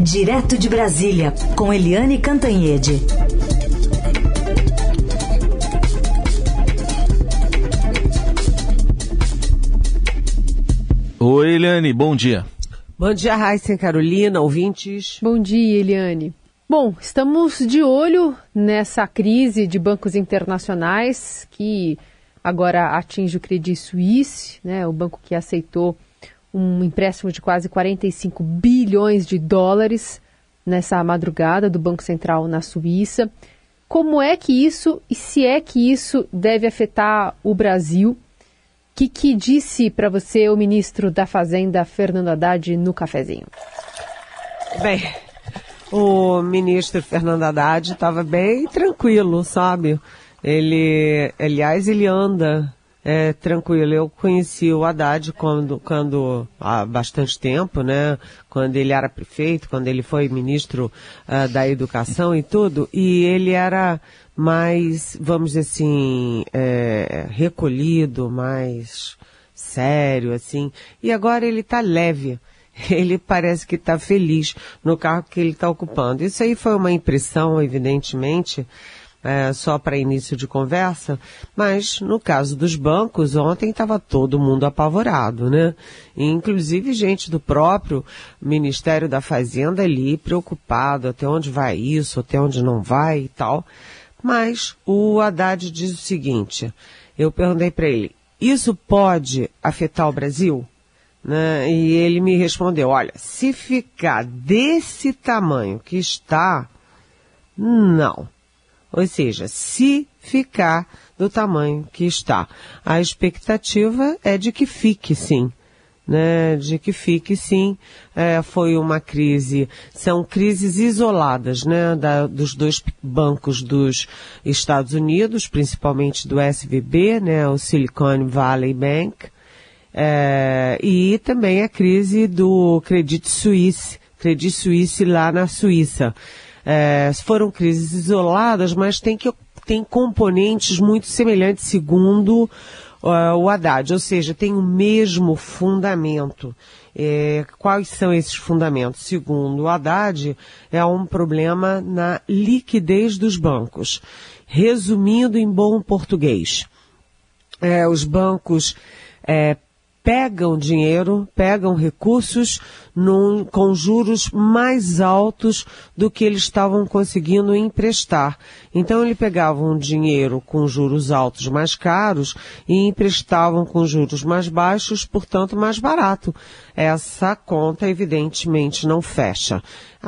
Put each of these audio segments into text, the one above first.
Direto de Brasília, com Eliane Cantanhede. Oi, Eliane, bom dia. Bom dia, Raíssa e Carolina, ouvintes. Bom dia, Eliane. Bom, estamos de olho nessa crise de bancos internacionais que agora atinge o Credit Suisse, né, o banco que aceitou um empréstimo de quase 45 bilhões de dólares nessa madrugada do Banco Central na Suíça. Como é que isso, e se é que isso deve afetar o Brasil? O que disse para você o ministro da Fazenda, Fernando Haddad, no cafezinho? Bem, o ministro Fernando Haddad estava bem tranquilo, sabe? Ele anda tranquilo. Eu conheci o Haddad quando há bastante tempo, né? Quando ele era prefeito, quando ele foi ministro da Educação e tudo, e ele era mais, vamos dizer assim, recolhido, mais sério, assim. E agora ele está leve. Ele parece que está feliz no cargo que ele está ocupando. Isso aí foi uma impressão, evidentemente, só para início de conversa, mas no caso dos bancos, ontem estava todo mundo apavorado, né? Inclusive gente do próprio Ministério da Fazenda ali, preocupado, até onde vai isso, até onde não vai e tal. Mas o Haddad diz o seguinte, eu perguntei para ele, isso pode afetar o Brasil? Né? E ele me respondeu, olha, se ficar desse tamanho que está, não. Ou seja, se ficar do tamanho que está. A expectativa é de que fique, sim. Né? De que fique, sim. Foi uma crise, são crises isoladas, né? Dos dois bancos dos Estados Unidos, principalmente do SVB, né? O Silicon Valley Bank, e também a crise do Credit Suisse lá na Suíça. Foram crises isoladas, mas tem componentes muito semelhantes, segundo o Haddad, ou seja, tem o mesmo fundamento. Quais são esses fundamentos? Segundo o Haddad, é um problema na liquidez dos bancos. Resumindo em bom português, os bancos pegam dinheiro, pegam recursos com juros mais altos do que eles estavam conseguindo emprestar. Então, eles pegavam dinheiro com juros altos mais caros e emprestavam com juros mais baixos, portanto, mais barato. Essa conta, evidentemente, não fecha.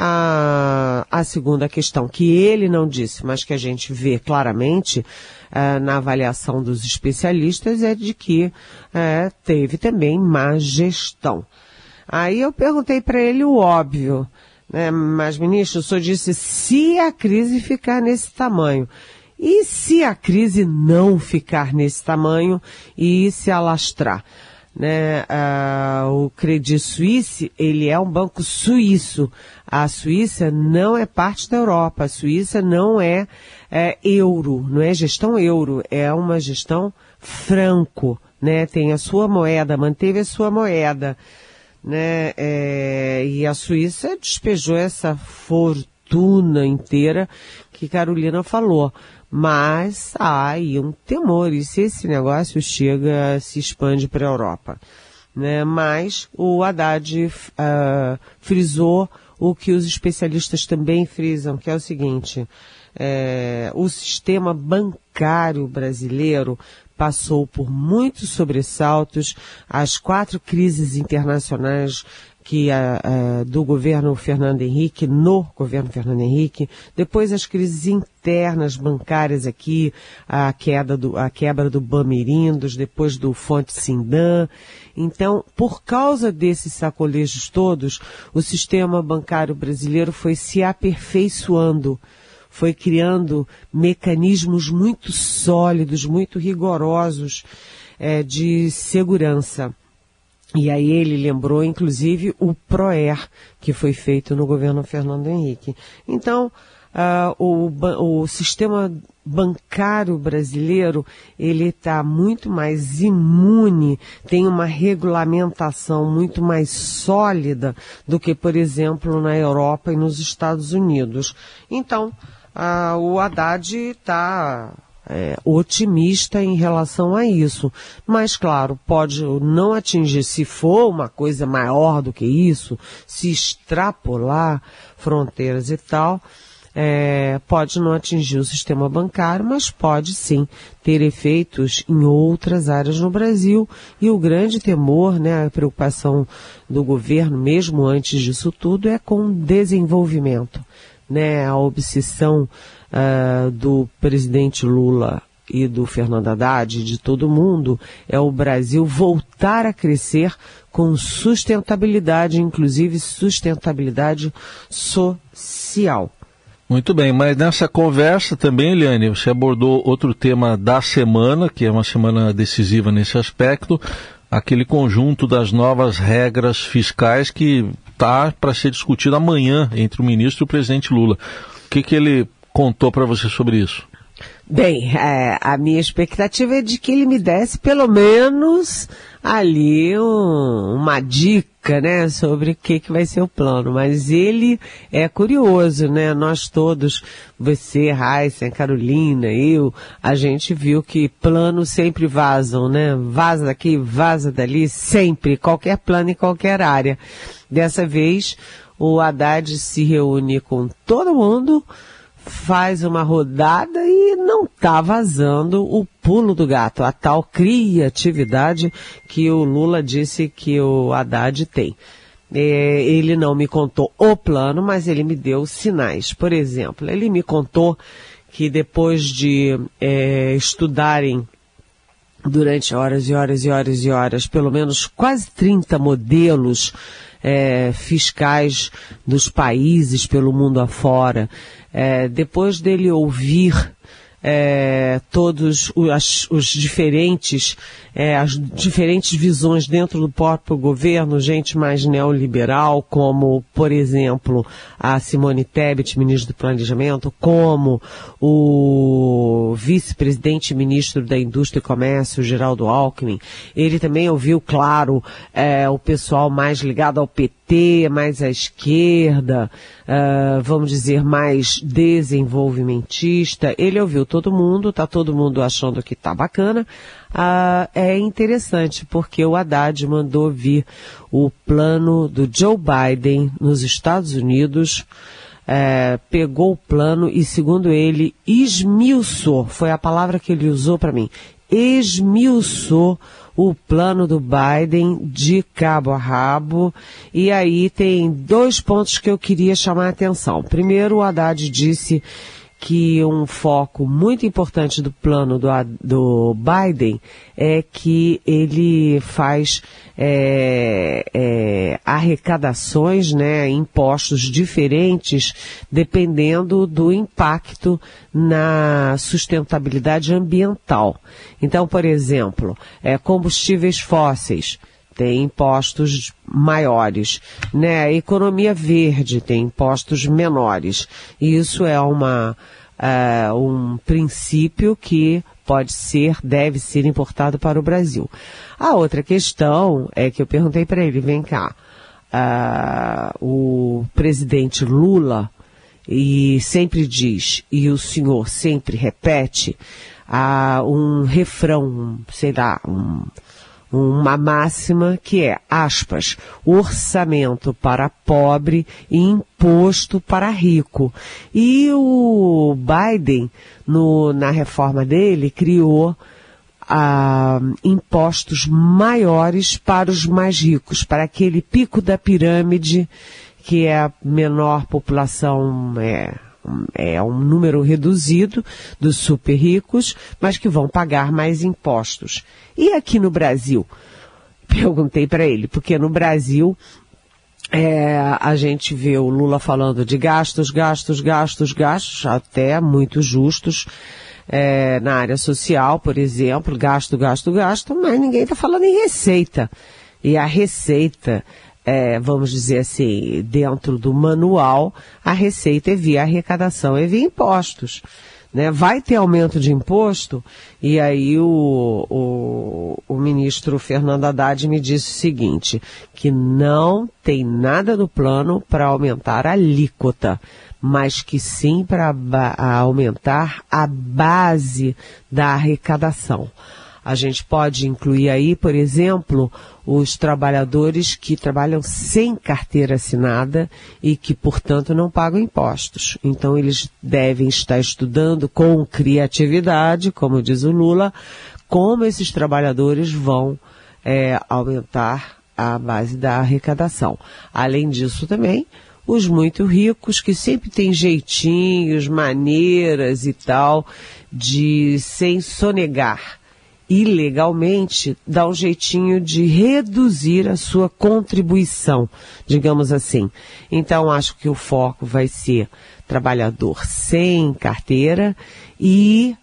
A segunda questão, que ele não disse, mas que a gente vê claramente na avaliação dos especialistas, é de que teve também má gestão. Aí eu perguntei para ele o óbvio, né? Mas, ministro, o senhor disse, se a crise ficar nesse tamanho, e se a crise não ficar nesse tamanho e se alastrar? Né? O Credit Suisse, ele é um banco suíço. A Suíça não é parte da Europa. A Suíça não é euro, não é gestão euro, é uma gestão franco, né? Tem a sua moeda, manteve a sua moeda, né? E a Suíça despejou essa fortuna inteira que Carolina falou. Mas há aí um temor, e se esse negócio se expande para a Europa, né? Mas o Haddad frisou o que os especialistas também frisam, que é o seguinte, o sistema bancário brasileiro passou por muitos sobressaltos, as 4 crises internacionais do governo Fernando Henrique, no governo Fernando Henrique, depois as crises internas bancárias aqui, a quebra do Bamerindos, depois do Fonte Sindan. Então, por causa desses sacolejos todos, o sistema bancário brasileiro foi se aperfeiçoando, foi criando mecanismos muito sólidos, muito rigorosos de segurança. E aí ele lembrou, inclusive, o PROER, que foi feito no governo Fernando Henrique. Então, o sistema bancário brasileiro, ele está muito mais imune, tem uma regulamentação muito mais sólida do que, por exemplo, na Europa e nos Estados Unidos. Então, o Haddad está otimista em relação a isso. Mas, claro, pode não atingir, se for uma coisa maior do que isso, se extrapolar fronteiras e tal, pode não atingir o sistema bancário, mas pode sim ter efeitos em outras áreas no Brasil. E o grande temor, né, a preocupação do governo, mesmo antes disso tudo, é com o desenvolvimento, né, a obsessão do presidente Lula e do Fernando Haddad, de todo mundo, é o Brasil voltar a crescer com sustentabilidade, inclusive sustentabilidade social. Muito bem, mas nessa conversa também, Eliane, você abordou outro tema da semana, que é uma semana decisiva nesse aspecto, aquele conjunto das novas regras fiscais que está para ser discutido amanhã entre o ministro e o presidente Lula. O que ele contou para você sobre isso? Bem, a minha expectativa é de que ele me desse pelo menos ali uma dica, né, sobre o que vai ser o plano. Mas ele é curioso, né, nós todos, você, Raíssa, Carolina, eu, a gente viu que planos sempre vazam, né, vaza daqui, vaza dali, sempre, qualquer plano em qualquer área. Dessa vez, o Haddad se reúne com todo mundo, faz uma rodada e não está vazando o pulo do gato, a tal criatividade que o Lula disse que o Haddad tem. Ele não me contou o plano, mas ele me deu sinais. Por exemplo, ele me contou que depois de estudarem durante horas e horas e horas e horas, pelo menos quase 30 modelos fiscais dos países pelo mundo afora, depois dele ouvir todos as diferentes visões dentro do próprio governo, gente mais neoliberal, como, por exemplo, a Simone Tebet, ministra do Planejamento, como o vice-presidente e ministro da Indústria e Comércio, Geraldo Alckmin. Ele também ouviu, claro, o pessoal mais ligado ao PT, mais à esquerda, vamos dizer, mais desenvolvimentista. Ele ouviu todo mundo, está todo mundo achando que está bacana. É interessante porque o Haddad mandou vir o plano do Joe Biden nos Estados Unidos, pegou o plano e, segundo ele, esmiuçou, foi a palavra que ele usou para mim, esmiuçou o plano do Biden de cabo a rabo. E aí tem 2 pontos que eu queria chamar a atenção. Primeiro, o Haddad disse que um foco muito importante do plano do Biden é que ele faz arrecadações, né, impostos diferentes, dependendo do impacto na sustentabilidade ambiental. Então, por exemplo, combustíveis fósseis tem impostos maiores, né? A economia verde tem impostos menores. E isso é um princípio que deve ser importado para o Brasil. A outra questão é que eu perguntei para ele, vem cá, o presidente Lula e sempre diz, e o senhor sempre repete, um refrão, sei lá, uma máxima que é, aspas, orçamento para pobre e imposto para rico. E o Biden, na reforma dele, criou impostos maiores para os mais ricos, para aquele pico da pirâmide, que é a menor população, um número reduzido dos super ricos, mas que vão pagar mais impostos. E aqui no Brasil? Perguntei para ele, porque no Brasil a gente vê o Lula falando de gastos, até muito justos, na área social, por exemplo, gasto, mas ninguém está falando em receita. E a receita, vamos dizer assim, dentro do manual, a receita é via arrecadação, é via impostos. né? Vai ter aumento de imposto? E aí o ministro Fernando Haddad me disse o seguinte, que não tem nada no plano para aumentar a alíquota, mas que sim para aumentar a base da arrecadação. A gente pode incluir aí, por exemplo, os trabalhadores que trabalham sem carteira assinada e que, portanto, não pagam impostos. Então, eles devem estar estudando com criatividade, como diz o Lula, como esses trabalhadores vão aumentar a base da arrecadação. Além disso, também, os muito ricos, que sempre têm jeitinhos, maneiras e tal, de sem sonegar ilegalmente, dá um jeitinho de reduzir a sua contribuição, digamos assim. Então, acho que o foco vai ser trabalhador sem carteira e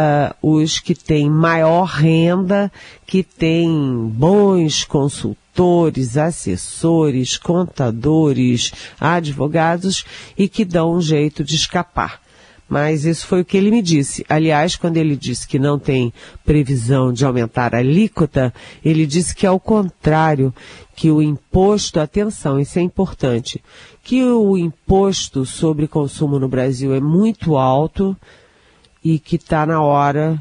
os que têm maior renda, que têm bons consultores, assessores, contadores, advogados e que dão um jeito de escapar. Mas isso foi o que ele me disse. Aliás, quando ele disse que não tem previsão de aumentar a alíquota, ele disse que, ao contrário, que o imposto, atenção, isso é importante, que o imposto sobre consumo no Brasil é muito alto e que está na hora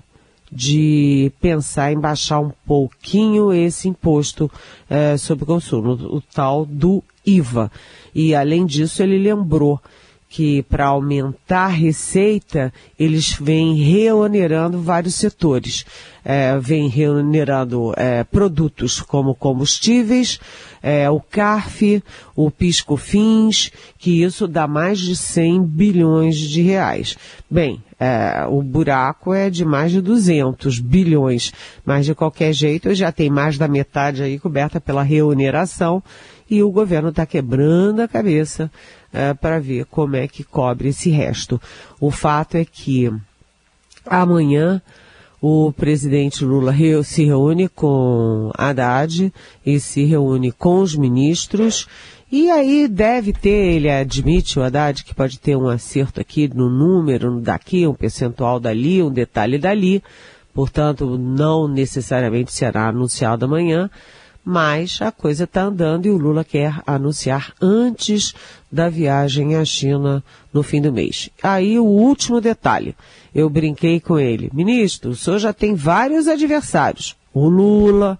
de pensar em baixar um pouquinho esse imposto sobre consumo, o tal do IVA. E, além disso, ele lembrou que para aumentar a receita, eles vêm reonerando vários setores. Vêm reonerando produtos como combustíveis, o CARF, o PIS/COFINS, que isso dá mais de 100 bilhões de reais. Bem, o buraco é de mais de 200 bilhões, mas de qualquer jeito já tem mais da metade aí coberta pela reoneração e o governo está quebrando a cabeça para ver como é que cobre esse resto. O fato é que amanhã o presidente Lula se reúne com Haddad e se reúne com os ministros e aí deve ter, ele admite, o Haddad, que pode ter um acerto aqui no número daqui, um percentual dali, um detalhe dali, portanto não necessariamente será anunciado amanhã, mas a coisa está andando e o Lula quer anunciar antes da viagem à China no fim do mês. Aí o último detalhe, eu brinquei com ele, ministro, o senhor já tem vários adversários, o Lula,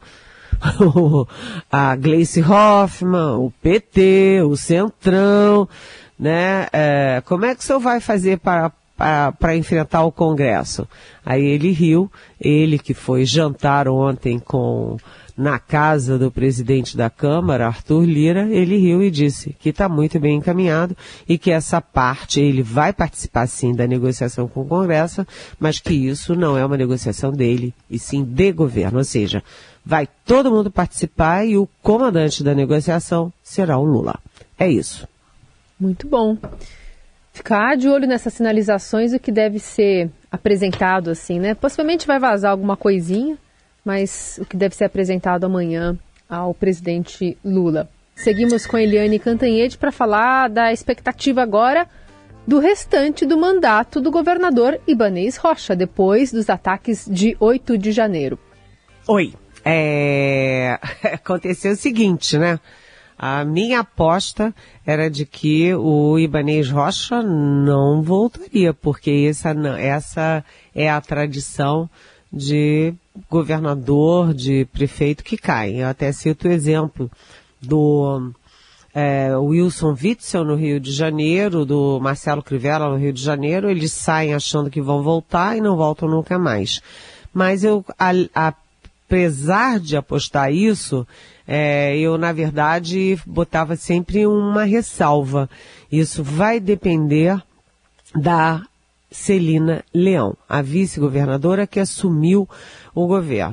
a Gleice Hoffmann, o PT, o Centrão, né? Como é que o senhor vai fazer para enfrentar o Congresso? Aí ele riu, ele que foi jantar ontem na casa do presidente da Câmara, Arthur Lira, ele riu e disse que está muito bem encaminhado e que essa parte, ele vai participar sim da negociação com o Congresso, mas que isso não é uma negociação dele, e sim de governo, ou seja, vai todo mundo participar e o comandante da negociação será o Lula. É isso. Muito bom. Ficar de olho nessas sinalizações, o que deve ser apresentado assim, né? Possivelmente vai vazar alguma coisinha, mas o que deve ser apresentado amanhã ao presidente Lula. Seguimos com Eliane Cantanhede para falar da expectativa agora do restante do mandato do governador Ibanez Rocha, depois dos ataques de 8 de janeiro. Oi, aconteceu o seguinte, né? A minha aposta era de que o Ibanez Rocha não voltaria, porque essa é a tradição de governador, de prefeito que cai. Eu até cito o exemplo do Wilson Witzel no Rio de Janeiro, do Marcelo Crivella no Rio de Janeiro. Eles saem achando que vão voltar e não voltam nunca mais. Mas eu, apesar de apostar isso, eu, na verdade, botava sempre uma ressalva. Isso vai depender da Celina Leão, a vice-governadora que assumiu o governo.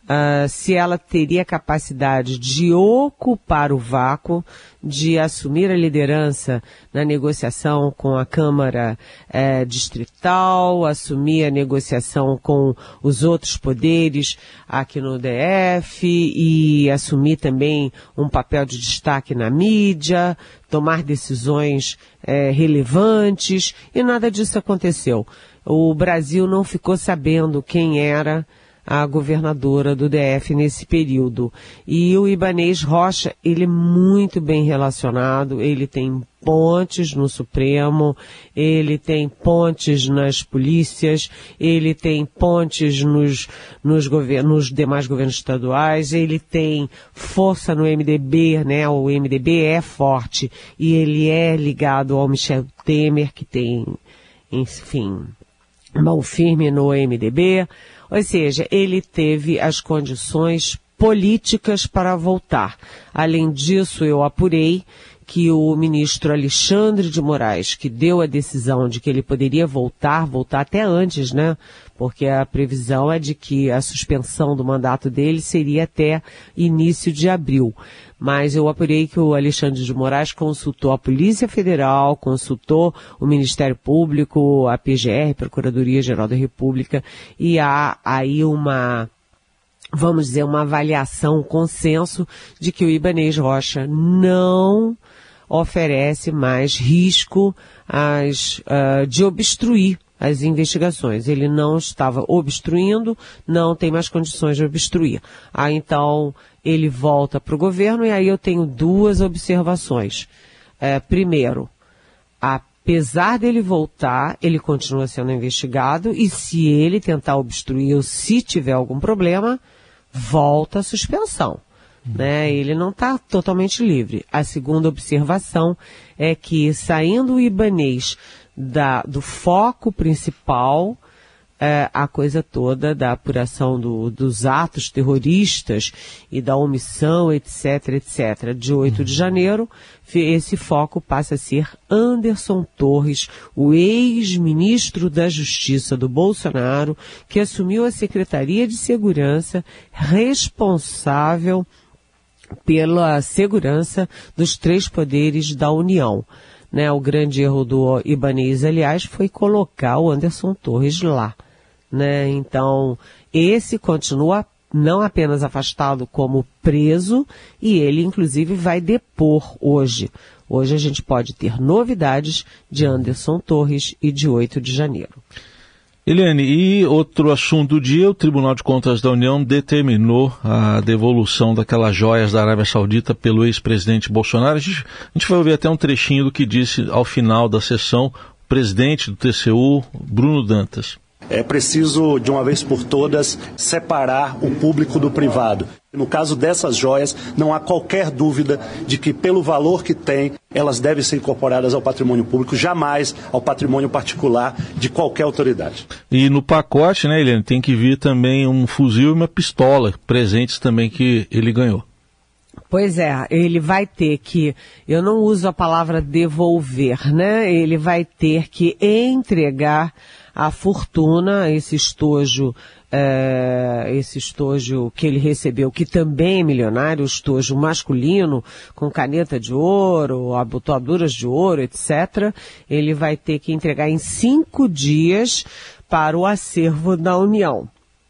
se ela teria capacidade de ocupar o vácuo, de assumir a liderança na negociação com a Câmara Distrital, assumir a negociação com os outros poderes aqui no DF e assumir também um papel de destaque na mídia, tomar decisões relevantes, e nada disso aconteceu. O Brasil não ficou sabendo quem era a governadora do DF nesse período. E o Ibanez Rocha, ele é muito bem relacionado, ele tem pontes no Supremo, ele tem pontes nas polícias, ele tem pontes nos demais governos estaduais, ele tem força no MDB, né? O MDB é forte e ele é ligado ao Michel Temer, que tem, enfim, mão firme no MDB. Ou seja, ele teve as condições políticas para voltar. Além disso, eu apurei que o ministro Alexandre de Moraes, que deu a decisão de que ele poderia voltar até antes, né? Porque a previsão é de que a suspensão do mandato dele seria até início de abril. Mas eu apurei que o Alexandre de Moraes consultou a Polícia Federal, consultou o Ministério Público, a PGR, Procuradoria-Geral da República, e há aí uma avaliação, um consenso de que o Ibanez Rocha não oferece mais risco de obstruir as investigações. Ele não estava obstruindo, não tem mais condições de obstruir. Então, ele volta para o governo, e aí eu tenho duas observações. Primeiro, apesar dele voltar, ele continua sendo investigado, e se ele tentar obstruir ou se tiver algum problema, volta a suspensão. Né? Ele não está totalmente livre. A segunda observação é que, saindo o Ibanez do foco principal, a coisa toda da apuração dos atos terroristas e da omissão, etc., de 8 de janeiro, esse foco passa a ser Anderson Torres, o ex-ministro da Justiça do Bolsonaro, que assumiu a Secretaria de Segurança, responsável pela segurança dos 3 poderes da União. Né? O grande erro do Ibanez, aliás, foi colocar o Anderson Torres lá. Né? Então, esse continua não apenas afastado, como preso, e ele, inclusive, vai depor hoje. Hoje a gente pode ter novidades de Anderson Torres e de 8 de janeiro. Eliane, e outro assunto do dia, o Tribunal de Contas da União determinou a devolução daquelas joias da Arábia Saudita pelo ex-presidente Bolsonaro. A gente vai ouvir até um trechinho do que disse ao final da sessão o presidente do TCU, Bruno Dantas. É preciso, de uma vez por todas, separar o público do privado. No caso dessas joias, não há qualquer dúvida de que, pelo valor que tem, elas devem ser incorporadas ao patrimônio público, jamais ao patrimônio particular de qualquer autoridade. E no pacote, né, Eliane, tem que vir também um fuzil e uma pistola, presentes também que ele ganhou. Pois é, ele vai ter que, eu não uso a palavra devolver, né? Ele vai ter que entregar a fortuna, esse estojo que ele recebeu, que também é milionário, o estojo masculino, com caneta de ouro, abotoaduras de ouro, etc. Ele vai ter que entregar em 5 dias para o acervo da União.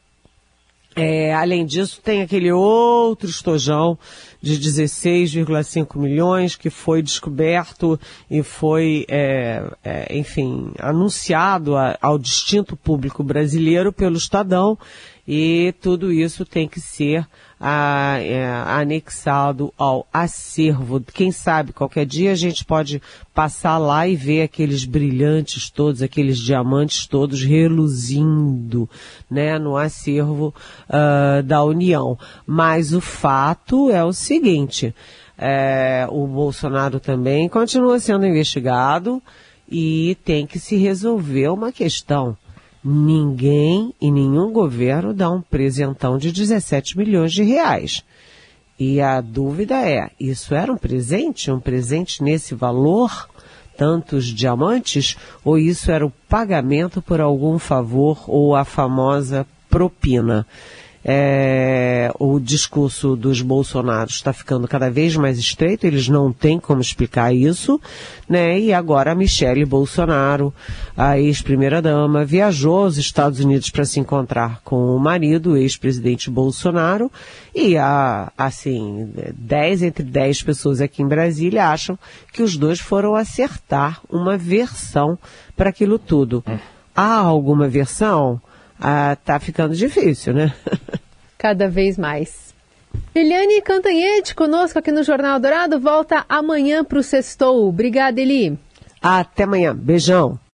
Além disso, tem aquele outro estojão de 16,5 milhões que foi descoberto e foi, enfim, anunciado ao distinto público brasileiro pelo Estadão, e tudo isso tem que ser anexado ao acervo. Quem sabe, qualquer dia a gente pode passar lá e ver aqueles brilhantes todos, aqueles diamantes todos reluzindo, né, no acervo da União. Mas o fato é o seguinte, o Bolsonaro também continua sendo investigado e tem que se resolver uma questão. Ninguém e nenhum governo dá um presentão de 17 milhões de reais. E a dúvida é, isso era um presente nesse valor, tantos diamantes, ou isso era o pagamento por algum favor ou a famosa propina? O discurso dos Bolsonaros está ficando cada vez mais estreito, eles não têm como explicar isso, né? E agora a Michele Bolsonaro, a ex-primeira-dama, viajou aos Estados Unidos para se encontrar com o marido, o ex-presidente Bolsonaro, e assim, 10 entre 10 pessoas aqui em Brasília acham que os dois foram acertar uma versão para aquilo tudo. Há alguma versão? Tá ficando difícil, né? Cada vez mais. Eliane Cantanhede conosco aqui no Jornal Dourado, volta amanhã para o Sextou. Obrigada, Eli. Até amanhã. Beijão.